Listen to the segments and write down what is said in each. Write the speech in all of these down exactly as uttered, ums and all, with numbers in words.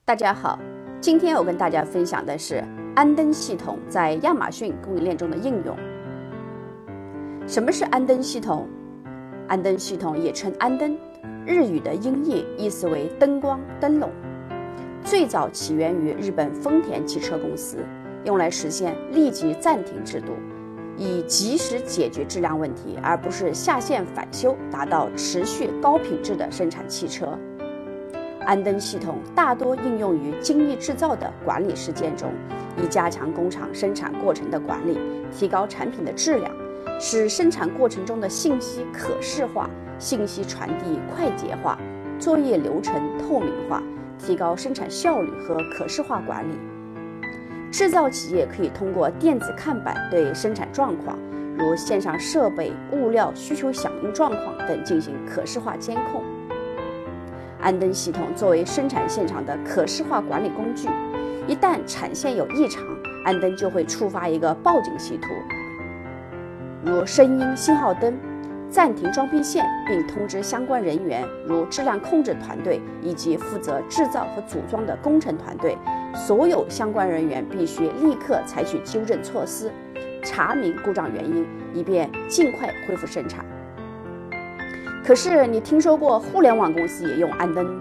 大家好，今天我跟大家分享的是安登系统在亚马逊供应链中的应用。什么是安登系统？安登系统也称安登，日语的音译意思为灯光、灯笼。最早起源于日本丰田汽车公司，用来实现立即暂停制度，以及时解决质量问题，而不是下线返修，达到持续高品质的生产汽车。安登系统大多应用于精密制造的管理实践中，以加强工厂生产过程的管理，提高产品的质量，使生产过程中的信息可视化，信息传递快捷化，作业流程透明化，提高生产效率和可视化管理。制造企业可以通过电子看板对生产状况，如线上设备、物料需求响应状况等进行可视化监控。安登系统作为生产现场的可视化管理工具，一旦产线有异常，安登就会触发一个报警系统，如声音信号灯，暂停装配线，并通知相关人员，如质量控制团队以及负责制造和组装的工程团队。所有相关人员必须立刻采取纠正措施，查明故障原因，以便尽快恢复生产。可是你听说过互联网公司也用安登？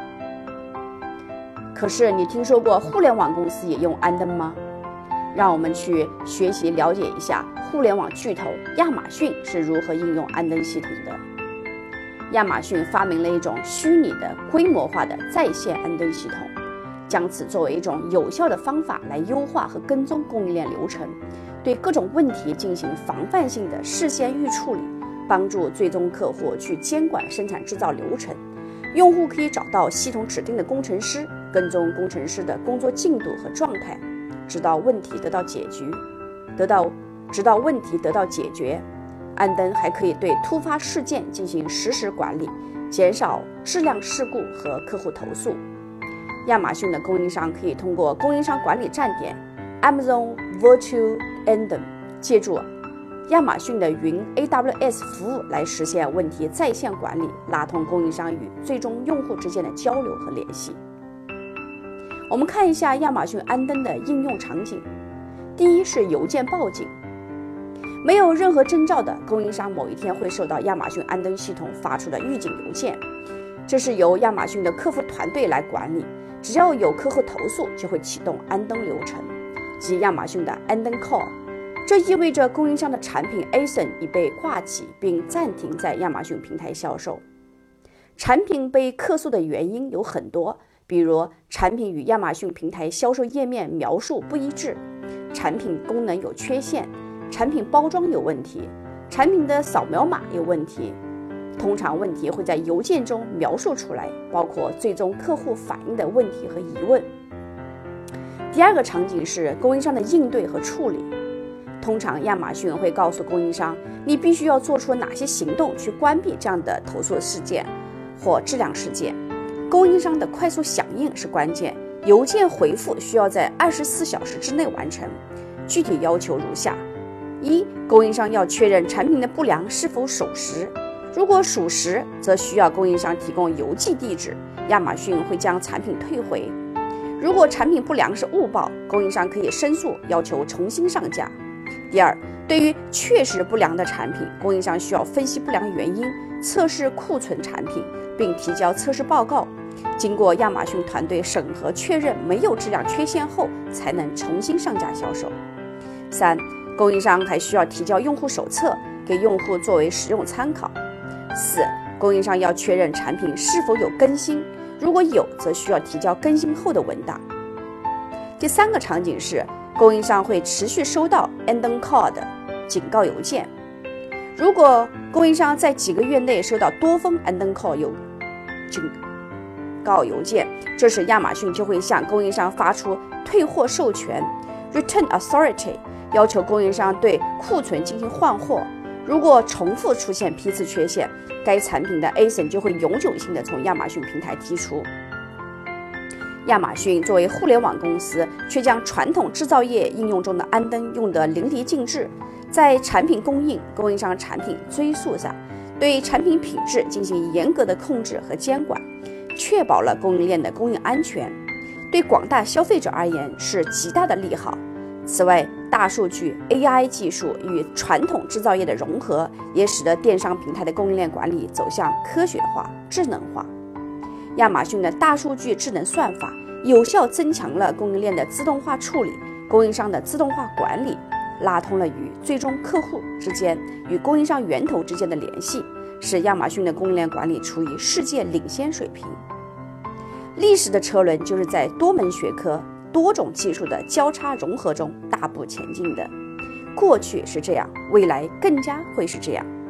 可是你听说过互联网公司也用安登吗？让我们去学习了解一下互联网巨头亚马逊是如何应用安登系统的。亚马逊发明了一种虚拟的规模化的在线安登系统，将此作为一种有效的方法来优化和跟踪供应链流程，对各种问题进行防范性的事先预处理，帮助最终客户去监管生产制造流程。用户可以找到系统指定的工程师，跟踪工程师的工作进度和状态，直到问题得到解决。得到直到问题得到解决。安登还可以对突发事件进行实时管理，减少质量事故和客户投诉。亚马逊的供应商可以通过供应商管理站点 Amazon Virtual Andon 借助亚马逊的云 A W S 服务来实现问题在线管理，拉通供应商与最终用户之间的交流和联系。我们看一下亚马逊安登的应用场景。第一是邮件报警。没有任何征兆的供应商某一天会收到亚马逊安登系统发出的预警邮件，这是由亚马逊的客服团队来管理，只要有客户投诉就会启动安登流程，即亚马逊的安登 call。这意味着供应商的产品 A S I N 已被挂起并暂停在亚马逊平台销售。产品被客诉的原因有很多，比如产品与亚马逊平台销售页面描述不一致，产品功能有缺陷，产品包装有问题，产品的扫描码有问题。通常问题会在邮件中描述出来，包括最终客户反映的问题和疑问。第二个场景是供应商的应对和处理。通常亚马逊会告诉供应商，你必须要做出哪些行动去关闭这样的投诉事件或质量事件。供应商的快速响应是关键，邮件回复需要在二十四小时之内完成。具体要求如下：一、供应商要确认产品的不良是否属实，如果属实，则需要供应商提供邮寄地址，亚马逊会将产品退回。如果产品不良是误报，供应商可以申诉，要求重新上架。第二，对于确实不良的产品，供应商需要分析不良原因，测试库存产品，并提交测试报告。经过亚马逊团队审核确认没有质量缺陷后，才能重新上架销售。三、供应商还需要提交用户手册，给用户作为使用参考。四、供应商要确认产品是否有更新，如果有，则需要提交更新后的文档。第三个场景是供应商会持续收到 Andon Call 的警告邮件。如果供应商在几个月内收到多封 Andon Call 有警告邮件，这时亚马逊就会向供应商发出退货授权 Return Authority， 要求供应商对库存进行换货。如果重复出现批次缺陷，该产品的 A S I N 就会永久性的从亚马逊平台剔除。亚马逊作为互联网公司，却将传统制造业应用中的安登用得淋漓尽致，在产品供应、供应商产品追溯上，对产品品质进行严格的控制和监管，确保了供应链的供应安全。 对广大消费者而言是极大的利好。此外，大数据 A I 技术与传统制造业的融合，也使得电商平台的供应链管理走向科学化、智能化。亚马逊的大数据智能算法有效增强了供应链的自动化处理、供应商的自动化管理，拉通了与最终客户之间、与供应商源头之间的联系，使亚马逊的供应链管理处于世界领先水平。历史的车轮就是在多门学科、多种技术的交叉融合中大步前进的。过去是这样，未来更加会是这样。